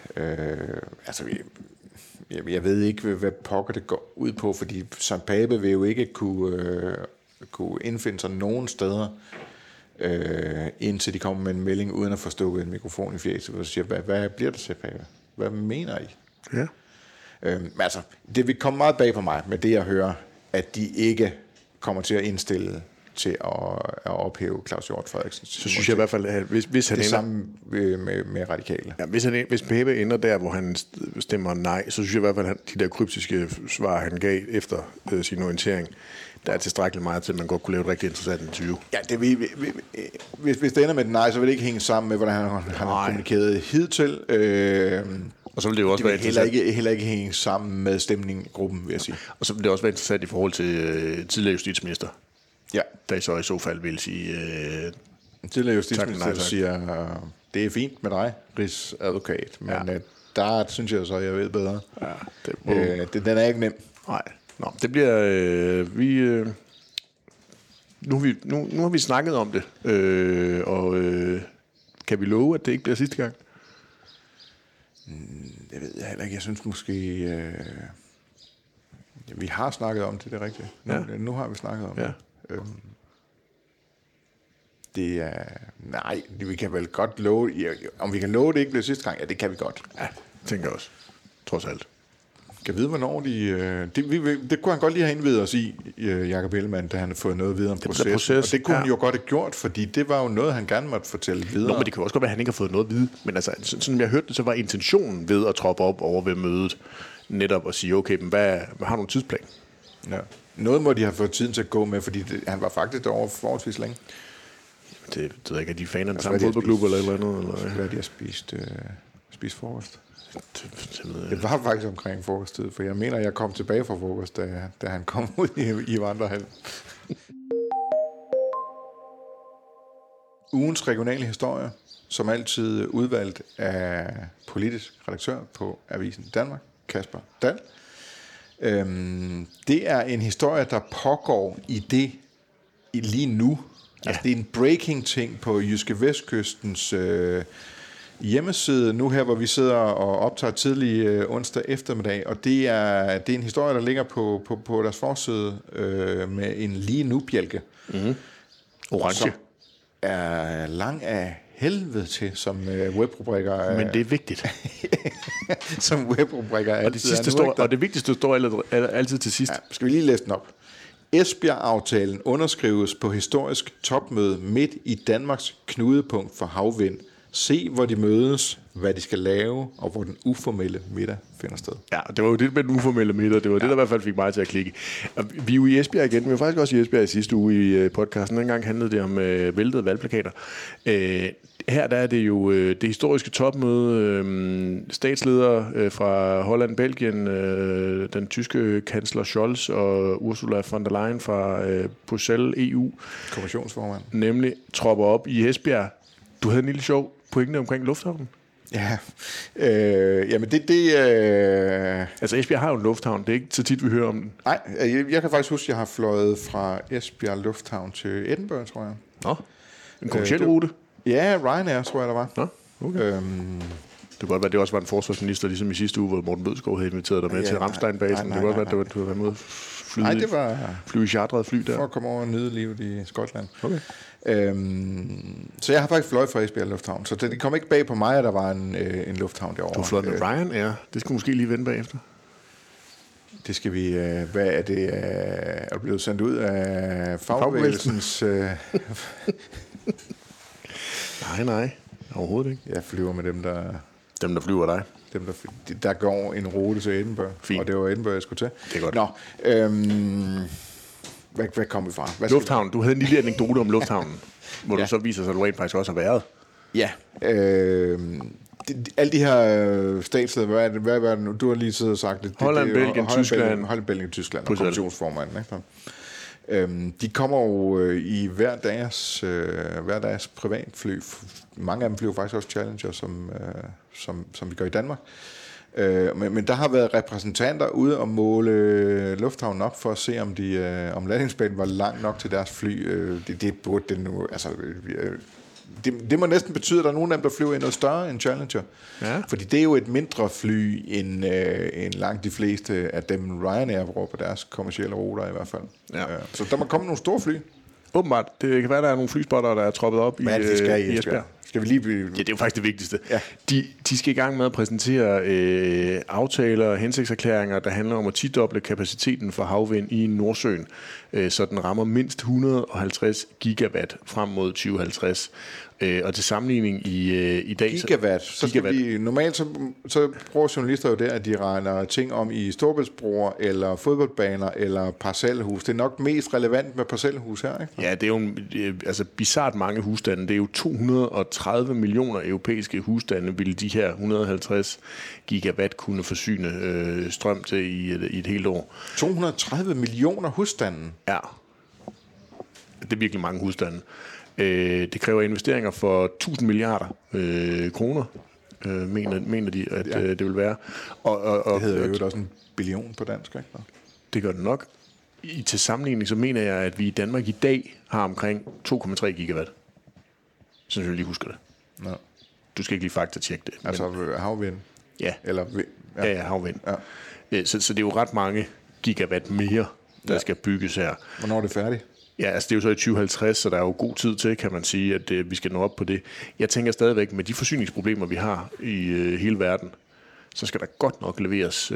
Jeg ved ikke, hvad pokker det går ud på, fordi Søren Pape vil jo ikke kunne indfinde sig nogen steder indtil de kommer med en melding, uden at få stukket en mikrofon i fjeset, og siger, hvad bliver det til, Pape? Hvad mener I? Ja. Altså, det vil komme meget bag på mig, med det jeg hører, at de ikke kommer til at indstille til at ophæve Claus Hjort Frederiksen. Så synes jeg i hvert fald, at hvis han det ender... samme med radikale. Ja, hvis Pape ender der, hvor han stemmer nej, så synes jeg i hvert fald, at de der kryptiske svar, han gav efter sin orientering, der er tilstrækkeligt meget til, at man godt kunne lave et rigtig interessant interview. Ja, hvis det ender med et nej, så vil det ikke hænge sammen med, hvordan han har kommunikeret hidtil. Og så vil det jo også være interessant. Heller ikke hænge sammen med stemningen i gruppen, vil jeg sige. Og så vil det også være interessant i forhold til tidligere justitsminister. Ja. Der så i så fald vil sige... tidligere justitsminister siger, det er fint med dig, rigsadvokat, men der synes jeg så, at jeg ved bedre. Ja, den er ikke nem. Nej. Nå, det bliver... Nu har vi snakket om det, og kan vi love, at det ikke bliver sidste gang? Det ved jeg heller ikke. Jeg synes måske... vi har snakket om det, det er rigtigt. Nu har vi snakket om det. Det er... Nej, vi kan vel godt love... Om vi kan love, det ikke bliver sidste gang? Ja, det kan vi godt. Ja, tænker jeg også. Trods alt. Kan vide, hvornår de... Det kunne han godt lige have indvidet os i, Jakob Ellemann, da han har fået noget videre om proces. Og det kunne han jo godt have gjort, fordi det var jo noget, han gerne måtte fortælle videre. Nå, men det kan også godt være, at han ikke har fået noget at vide. Men altså, sådan jeg hørte det, så var intentionen ved at troppe op over ved mødet, netop at sige, okay, men hvad har du en tidsplan? Ja. Noget må de have fået tiden til at gå med, fordi han var faktisk derovre forholdsvis længe. Det ved jeg ikke, at de faner den samme fodboldklub eller et eller andet? Eller hvad de har spist frokost. Det var faktisk omkring frokosttid, for jeg mener, jeg kom tilbage fra frokost, da han kom ud i vandrehallen. Ugens regionale historie, som altid udvalgt af politisk redaktør på Avisen Danmark, Kasper Dahl. Det er en historie, der pågår lige nu. Ja. Altså, det er en breaking ting på Jyske Vestkystens hjemmeside nu her, hvor vi sidder og optager tidlig onsdag eftermiddag, og det er en historie, der ligger på deres forside med en lige nu-bjælke. Mm-hmm. Orange. Som er lang af helvede til, som webrubrikker. Men det er vigtigt. Som webrubrikker og det sidste står, og det vigtigste står altid til sidst. Ja, skal vi lige læse den op? Esbjerg-aftalen underskrives på historisk topmøde midt i Danmarks knudepunkt for havvind. Se, hvor de mødes, hvad de skal lave, og hvor den uformelle middag finder sted. Ja, det var jo det med den uformelle middag. Det var det, der i hvert fald fik mig til at klikke. Og vi er jo i Esbjerg igen. Vi var faktisk også i Esbjerg i sidste uge i podcasten. Dengang handlede det om væltede valgplakater. Her der er det jo det historiske topmøde. Statsledere fra Holland, Belgien, den tyske kansler Scholz og Ursula von der Leyen fra Bruxelles, EU. Kommissionsformand. Nemlig tropper op i Esbjerg. Du havde en lille sjov pointe omkring lufthavnen. Ja, jamen Altså Esbjerg har jo en lufthavn, det er ikke så tit, vi hører om den. Nej, jeg kan faktisk huske, at jeg har fløjet fra Esbjerg Lufthavn til Edinburgh, tror jeg. Nå, en kommerciel rute? Ja, Ryanair, tror jeg, der var. Nå, okay. Det kunne godt være, at det også var en forsvarsminister, ligesom i sidste uge, hvor Morten Bødskov havde inviteret dig med til Ramstein-basen. Det kunne godt være, at du havde været med flyve i chartret fly der. For at komme over og nyde livet i Skotland. Okay. Så jeg har faktisk fløjet fra Esbjerg Lufthavn, så det kom ikke bag på mig, at der var en lufthavn derovre. Du har fløjet med Ryanair. Det skal måske lige vende bagefter. Det skal vi... hvad er det? Er blevet sendt ud af fagbevægelsens... Nej. Overhovedet ikke. Jeg flyver med dem, der... Dem, der flyver dig. Dem, der går en rute til Edinburgh. Fint. Og det var Edinburgh, jeg skulle til. Det er godt. Nå, hvad kom vi fra? Lufthavnen. Du havde en lille anekdote om lufthavnen, hvor du så viser sig, at du rent faktisk også har været. Ja. Alle de her statsledere, hvad er det nu? Du har lige siddet og sagt det. Holland, Belgien, Tyskland. Holland, Belgien, Tyskland og kommissionsformanden, ikke? De kommer jo i hver deres privatfly. Mange af dem flyver faktisk også Challenger, som vi gør i Danmark. Men der har været repræsentanter ude og måle lufthavnen op for at se, om landingsbanen var lang nok til deres fly. Det burde det nu... Altså, det må næsten betyde, at der er nogen af dem, der flyver i noget større end Challenger. Ja. Fordi det er jo et mindre fly end langt de fleste af dem Ryanair bruger på deres kommercielle ruter i hvert fald. Ja. Så der må komme nogle store fly. Åbenbart. Det kan være, der er nogle flyspotter, der er troppet op i Esbjerg. Skal vi lige blive... Ja, det er jo faktisk det vigtigste. Ja. De skal i gang med at præsentere aftaler og hensigtserklæringer, der handler om at tidoble kapaciteten for havvind i Nordsøen, så den rammer mindst 150 gigawatt frem mod 2050. Og til sammenligning i dag... Gigawatt. Så skal vi, normalt så bruger journalister jo det, at de regner ting om i storbæltsbroer, eller fodboldbaner, eller parcelhus. Det er nok mest relevant med parcelhus her, ikke? Ja, det er jo bizart mange husstande. Det er jo 230 millioner europæiske husstande, ville de her 150 gigawatt kunne forsyne strøm til i et helt år. 230 millioner husstande? Ja. Det er virkelig mange husstande. Det kræver investeringer for 1000 milliarder kroner, mener de, at det vil være. Det hedder jo også en billion på dansk, ikke? Det gør det nok. Til sammenligning, så mener jeg, at vi i Danmark i dag har omkring 2,3 gigawatt. Så jeg lige husker det. Nå. Du skal ikke lige faktatjekke det. Altså havvind? Ja. Eller, ja, havvind. Ja. Så det er jo ret mange gigawatt mere, der skal bygges her. Hvornår er det færdigt? Ja, altså det er jo så i 2050, så der er jo god tid til, kan man sige, at vi skal nå op på det. Jeg tænker stadigvæk, med de forsyningsproblemer, vi har i hele verden, så skal der godt nok leveres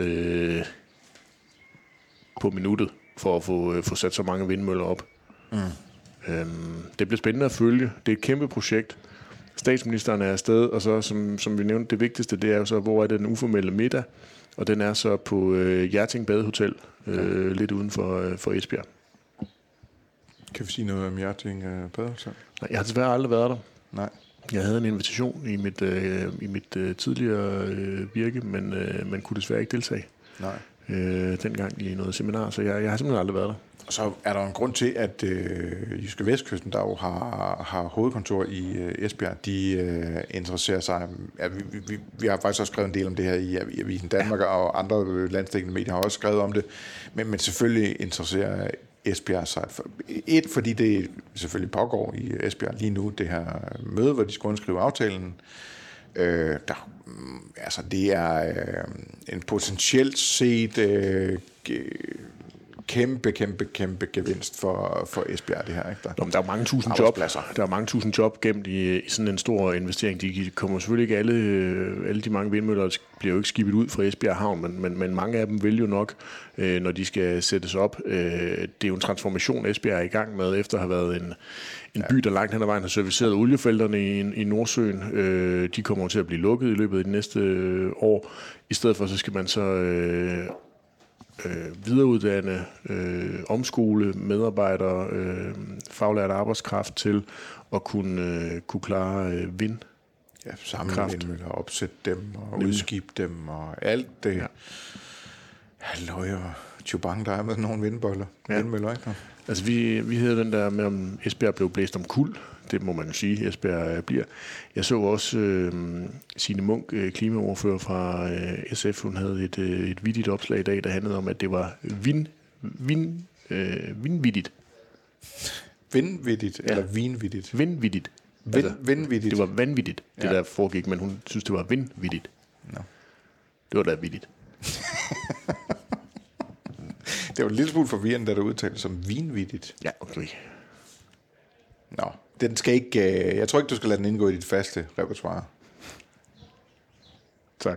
på minuttet, for at få sat så mange vindmøller op. Det bliver spændende at følge. Det er et kæmpe projekt. Statsministeren er afsted, og så, som vi nævnte, det vigtigste, det er jo så, hvor er den uformelle middag, og den er så på Hjerting Badehotel, lidt uden for Esbjerg. Kan vi sige noget om Hjerting Badehotel? Nej, jeg har desværre aldrig været der. Nej. Jeg havde en invitation i mit tidligere virke, men kunne desværre ikke deltage. Nej. Dengang i noget seminar, så jeg har simpelthen aldrig været der. Og så er der en grund til, at Jyske Vestkysten, der jo har hovedkontor i Esbjerg, de interesserer sig. Ja, vi har faktisk også skrevet en del om det her i Avisen Danmark, og andre landsdækkende medier har også skrevet om det. Men selvfølgelig interesserer Esbjerg sig. Fordi det selvfølgelig pågår i Esbjerg lige nu, det her møde, hvor de skal underskrive aftalen. Det er en potentielt set kæmpe gevinst for Esbjerg, det her. Ikke? Der er mange tusind job. Der er mange tusind job gemt i sådan en stor investering. De kommer selvfølgelig ikke alle de mange vindmøller bliver jo ikke skibet ud fra Esbjerg Havn, men mange af dem vil jo nok, når de skal sættes op. Det er jo en transformation, Esbjerg er i gang med, efter at have været en by, der langt hen ad vejen har serviceret oliefelterne i Nordsøen. De kommer til at blive lukket i løbet af de næste år. I stedet for, så skal man så videreuddanne, omskole medarbejdere, faglært arbejdskraft til at kunne klare vind. Ja, samle vindmøller, opsætte dem og udskibe dem og alt det. Halløj og tjubang, der er med nogle vindmøller, ikke? Altså vi havde den der med, om Esbjerg blev blæst om kuld. Det må man jo sige, Esbjerg bliver. Jeg så også Signe Munk, klimaordfører fra SF, hun havde et vittigt opslag i dag, der handlede om, at det var vindvittigt. Vindvittigt eller vinvittigt? Vindvittigt. Vindvittigt. Det var vanvittigt, det der foregik, men hun synes, det var vindvittigt. No. Det var da vittigt. Det var en lille smule forvirrende, da du udtalte som vinvittigt. Ja, okay. Nå, den skal ikke... Jeg tror ikke, du skal lade den indgå i dit faste repertoire. Tak.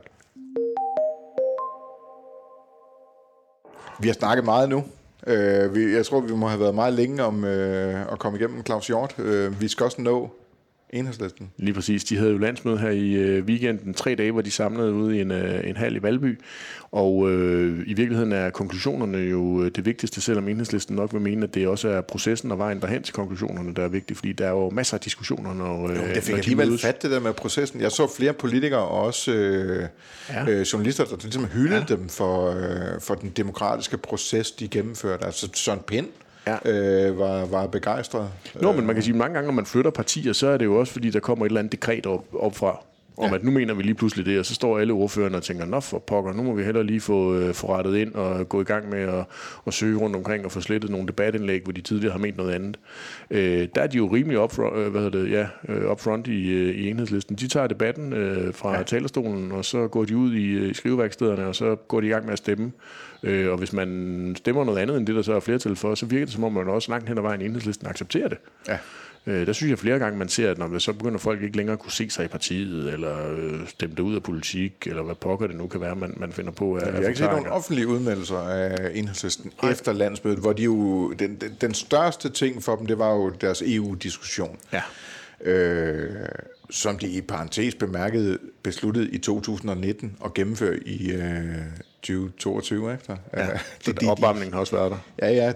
Vi har snakket meget nu. Jeg tror, vi må have været meget længe om at komme igennem Claus Hjort. Vi skal også nå Enhedslisten. Lige præcis. De havde jo landsmøde her i weekenden, 3 dage, hvor de samlede ude i en hal i Valby. Og i virkeligheden er konklusionerne jo det vigtigste, selvom Enhedslisten nok vil mene, at det også er processen og vejen derhen til konklusionerne, der er vigtigt, fordi der er jo masser af diskussioner, når det fik alligevel fat, det der med processen. Jeg så flere politikere og også journalister, der ligesom hyldede dem for den demokratiske proces, de gennemførte. Altså Søren Pind var begejstret. Men man kan sige, at mange gange, når man flytter partier, så er det jo også, fordi der kommer et eller andet dekret op fra. om at nu mener vi lige pludselig det, og så står alle ordførerne og tænker, nå for pokker, nu må vi hellere lige få rettet ind og gå i gang med at søge rundt omkring og få slettet nogle debatindlæg, hvor de tidligere har ment noget andet. Der er de jo rimelig upfront i Enhedslisten. De tager debatten fra talerstolen, og så går de ud i skriveværkstederne, og så går de i gang med at stemme. Og hvis man stemmer noget andet end det, der så er flertal for, så virker det som om, man også langt hen ad vejen i Enhedslisten accepterer det. Ja. Der synes jeg flere gange, man ser, at når så begynder folk ikke længere kunne se sig i partiet, eller stemme det ud af politik, eller hvad pokker det nu kan være, man finder på. Jeg har ikke set nogle offentlige udmeldelser af Enhedslisten efter landsmødet, hvor de jo, den største ting for dem, det var jo deres EU-diskussion. Ja. Som de i parentes bemærket besluttede i 2019 at gennemføre i 2022 efter. Ja, så opvarmningen har også været der. Ja,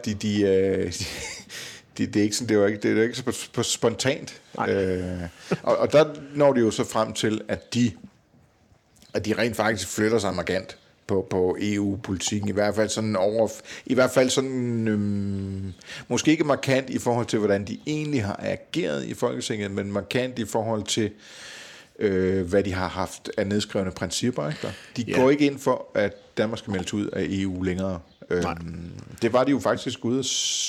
det er ikke sådan, det er ikke så spontant. Og der når de jo så frem til, at de rent faktisk flytter sig markant på EU-politikken, i hvert fald sådan måske ikke markant i forhold til, hvordan de egentlig har ageret i Folketinget, men markant i forhold til, hvad de har haft af nedskrevne principper. Ikke? De går ikke ind for, at Danmark skal meldes ud af EU længere. Det var de jo faktisk ude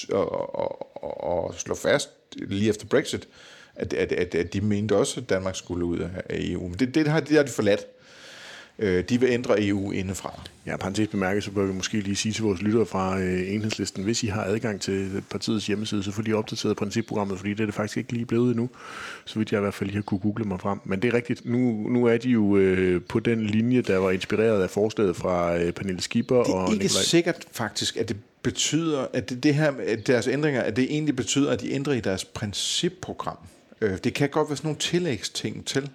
og slå fast lige efter Brexit, at de mente også, at Danmark skulle ud af EU. Men det har de forladt. De vil ændre EU indefra. Ja, parentes bemærket, så bør vi måske lige sige til vores lyttere fra Enhedslisten, hvis I har adgang til partiets hjemmeside, så får de opdateret principprogrammet, fordi det er det faktisk ikke lige blevet endnu, så vidt jeg i hvert fald lige har kunne google mig frem. Men det er rigtigt, nu er de jo på den linje, der var inspireret af forslaget fra Pernille Skipper og Nikolaj. Det er ikke sikkert faktisk, at det betyder, at det her, deres ændringer, at det egentlig betyder, at de ændrer i deres principprogram. Det kan godt være sådan nogle tillægsting til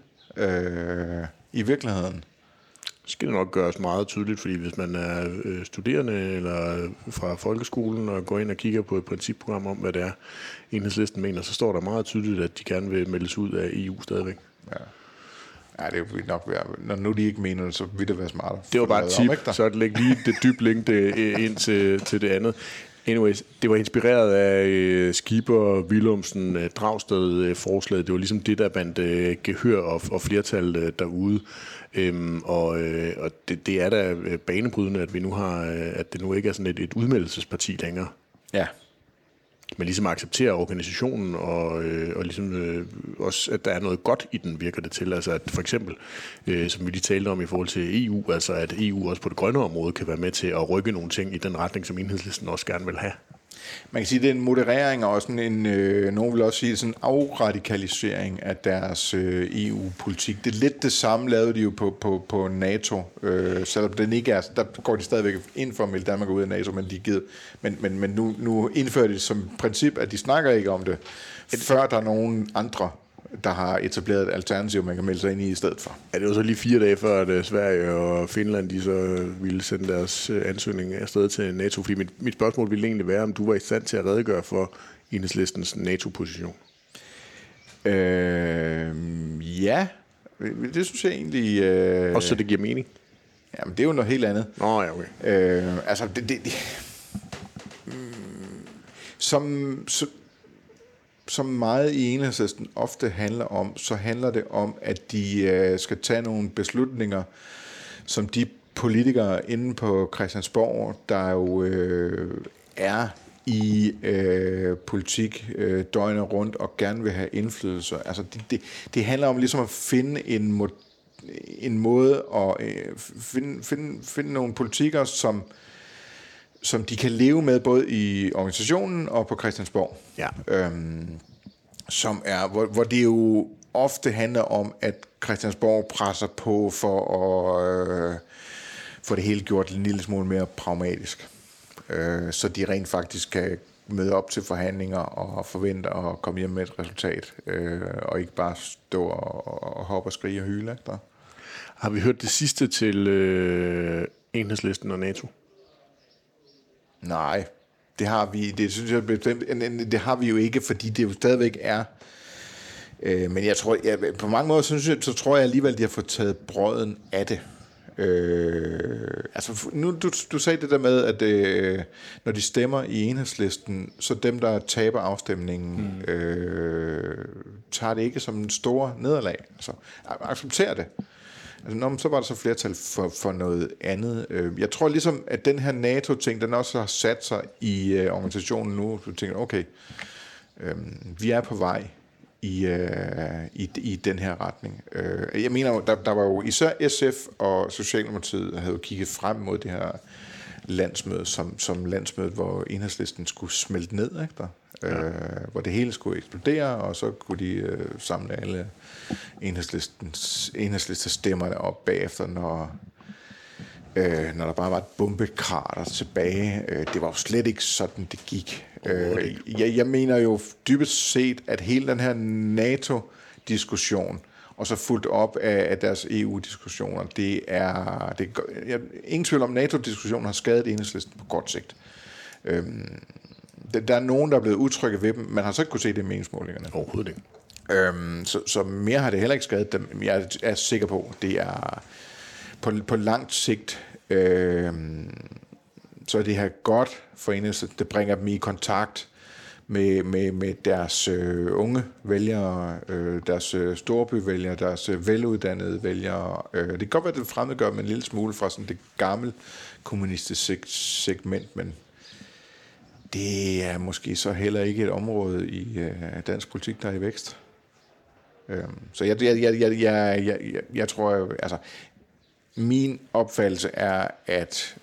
i virkeligheden. Det skal nok gøres meget tydeligt, fordi hvis man er studerende eller fra folkeskolen og går ind og kigger på et principprogram om, hvad det er, Enhedslisten mener, så står der meget tydeligt, at de gerne vil meldes ud af EU stadigvæk. Ja, det vil nok være. Når nu de ikke mener det, så vil det være smartere. Det var bare et tip, så læg lige det dybt link ind til det andet. Anyways, det var inspireret af Skipper, Willumsen, Dragsted-forslaget. Det var ligesom det, der bandt gehør og flertal derude. Og det er da banebrydende, at vi nu har, at det nu ikke er sådan et udmeldelsesparti længere. Ja. Men ligesom accepterer organisationen og ligesom også, at der er noget godt i den, virker det til. Altså at for eksempel, som vi lige talte om i forhold til EU, altså at EU også på det grønne område kan være med til at rykke nogle ting i den retning, som Enhedslisten også gerne vil have. Man kan sige, at det er en moderering og også nogen vil også sige sådan en afradikalisering af deres EU-politik. Det er lidt det samme lavede de jo på NATO, selvom den ikke er, der går de stadigvæk ind for at melde Danmark ud af NATO, men de givet, men nu indfører de som princip, at de snakker ikke om det, før der er nogen andre, der har etableret et alternativ, man kan melde sig ind i stedet for. Ja, det var så lige 4 dage før, at Sverige og Finland de så ville sende deres ansøgning afsted til NATO. Fordi mit spørgsmål ville egentlig være, om du var i stand til at redegøre for Enhedslistens NATO-position. Ja, det synes jeg egentlig... Også så det giver mening? Jamen, det er jo noget helt andet. Nå ja, okay. Altså, som meget i Enhedslisten ofte handler om, så handler det om, at de skal tage nogle beslutninger, som de politikere inde på Christiansborg, der jo er i politik døgnet rundt og gerne vil have indflydelse. Altså det handler om ligesom at finde en måde at finde nogle politikere, som de kan leve med både i organisationen og på Christiansborg. Ja. Som er, hvor det jo ofte handler om, at Christiansborg presser på for at få det hele gjort en lille smule mere pragmatisk. Så de rent faktisk kan møde op til forhandlinger og forvente at komme hjem med et resultat, og ikke bare stå og hoppe og skrige og hyle efter. Har vi hørt det sidste til Enhedslisten og NATO? Nej, det har vi. Det synes jeg bestemt. Det har vi jo ikke, fordi det jo stadigvæk er. Men jeg tror, på mange måder så tror jeg alligevel, de har fået taget brøden af det. Altså nu, du sagde det der med, at når de stemmer i Enhedslisten, så dem, der taber afstemningen, tager det ikke som en stor nederlag. Altså, accepterer det. Altså, så var der så flertal for noget andet. Jeg tror ligesom, at den her NATO-ting, den også har sat sig i organisationen nu. Du tænker, okay, vi er på vej i den her retning. Jeg mener jo, der var jo især SF og Socialdemokratiet havde jo kigget frem mod det her landsmøde, som landsmødet, hvor Enhedslisten skulle smelte ned, ikke? Hvor det hele skulle eksplodere, og så kunne de samle alle Enhedslistens stemmer op bagefter, når der bare var et bombekrater tilbage. Det var jo slet ikke sådan, det gik. Jeg mener jo dybest set, at hele den her NATO-diskussion, og så fuldt op af deres EU-diskussioner, ingen tvivl om, NATO-diskussionen har skadet Enhedslisten på kort sigt. Der er nogen, der er blevet utrygge ved dem. Man har så ikke kunne se det i meningsmålingerne. Overhovedet ikke. Så mere har det heller ikke skadet dem. Jeg er sikker på, det er på langt sigt, så er det her godt for Enhedslisten. Det bringer dem i kontakt med deres unge vælgere, deres storbyvælgere, deres veluddannede vælgere. Det kan godt være, at det fremmedgør dem en lille smule fra sådan det gamle kommunistiske segment, men det er måske så heller ikke et område i dansk politik, der er i vækst. Så jeg tror, altså min opfattelse er, at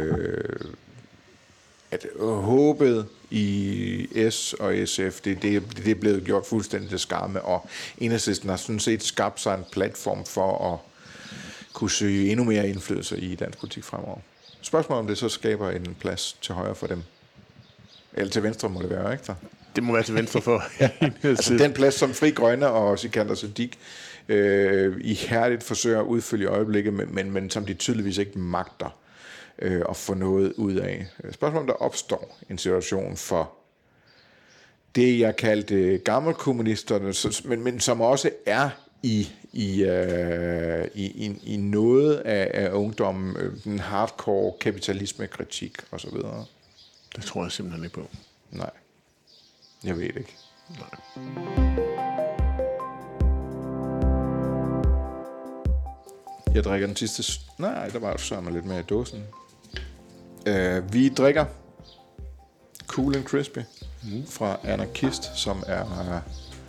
håbet i S og SF, det er blevet gjort fuldstændig til skamme, og Enhedslisten har sådan set skabt sig en platform for at kunne søge endnu mere indflydelse i dansk politik fremover. Spørgsmålet om det så skaber en plads til højre for dem. Eller til venstre må det være, ikke? Det må være til venstre for. Altså den plads, som Fri Grønne og Sikander Siddiq ihærdigt forsøger at udfylde i øjeblikket, men som de tydeligvis ikke magter at få noget ud af. Spørgsmålet om der opstår en situation for det, jeg kaldte gammelkommunisterne, men som også er i noget af ungdommen, den hardcore kapitalisme-kritik osv. Det tror jeg simpelthen ikke på. Nej. Jeg ved ikke. Nej. Jeg drikker den sidste... Nej, der var så mig lidt mere i dåsen. Vi drikker Cool and Crispy fra Anarkist, som er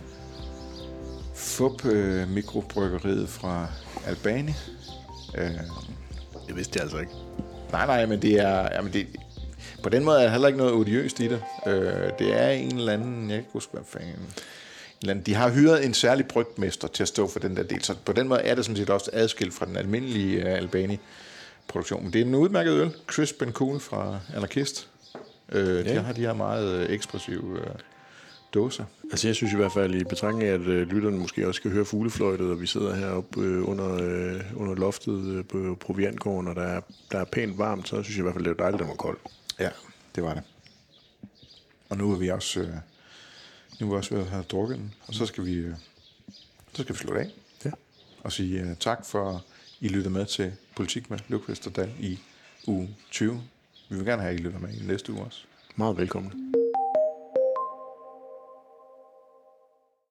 FUP-mikrobryggeriet fra Albani. Det vidste jeg altså ikke. Nej, men det er... på den måde er der heller ikke noget odiøst i det. Det er en eller anden... Jeg kan ikke huske, hvad fanden... De har hyret en særlig brygmester til at stå for den der del, så på den måde er det sådan set også adskilt fra den almindelige Albani-produktion. Men det er en udmærket øl, Crisp and Cool fra Anarkist. De har de her meget ekspressive dåser. Altså jeg synes i hvert fald i betragtning af, at lytterne måske også skal høre fuglefløjtet, og vi sidder heroppe under loftet på Proviantgården, og der er pænt varmt, så synes jeg i hvert fald, det er dejligt, at den var kold. Ja, det var det. Og nu er vi også... ved at have drukket den, og så skal vi slutte af. Ja. Og sige tak for, I lytter med til Politik med Løvqvist og Dahl i uge 20. Vi vil gerne have, at I lytter med i næste uge også. Meget velkommen.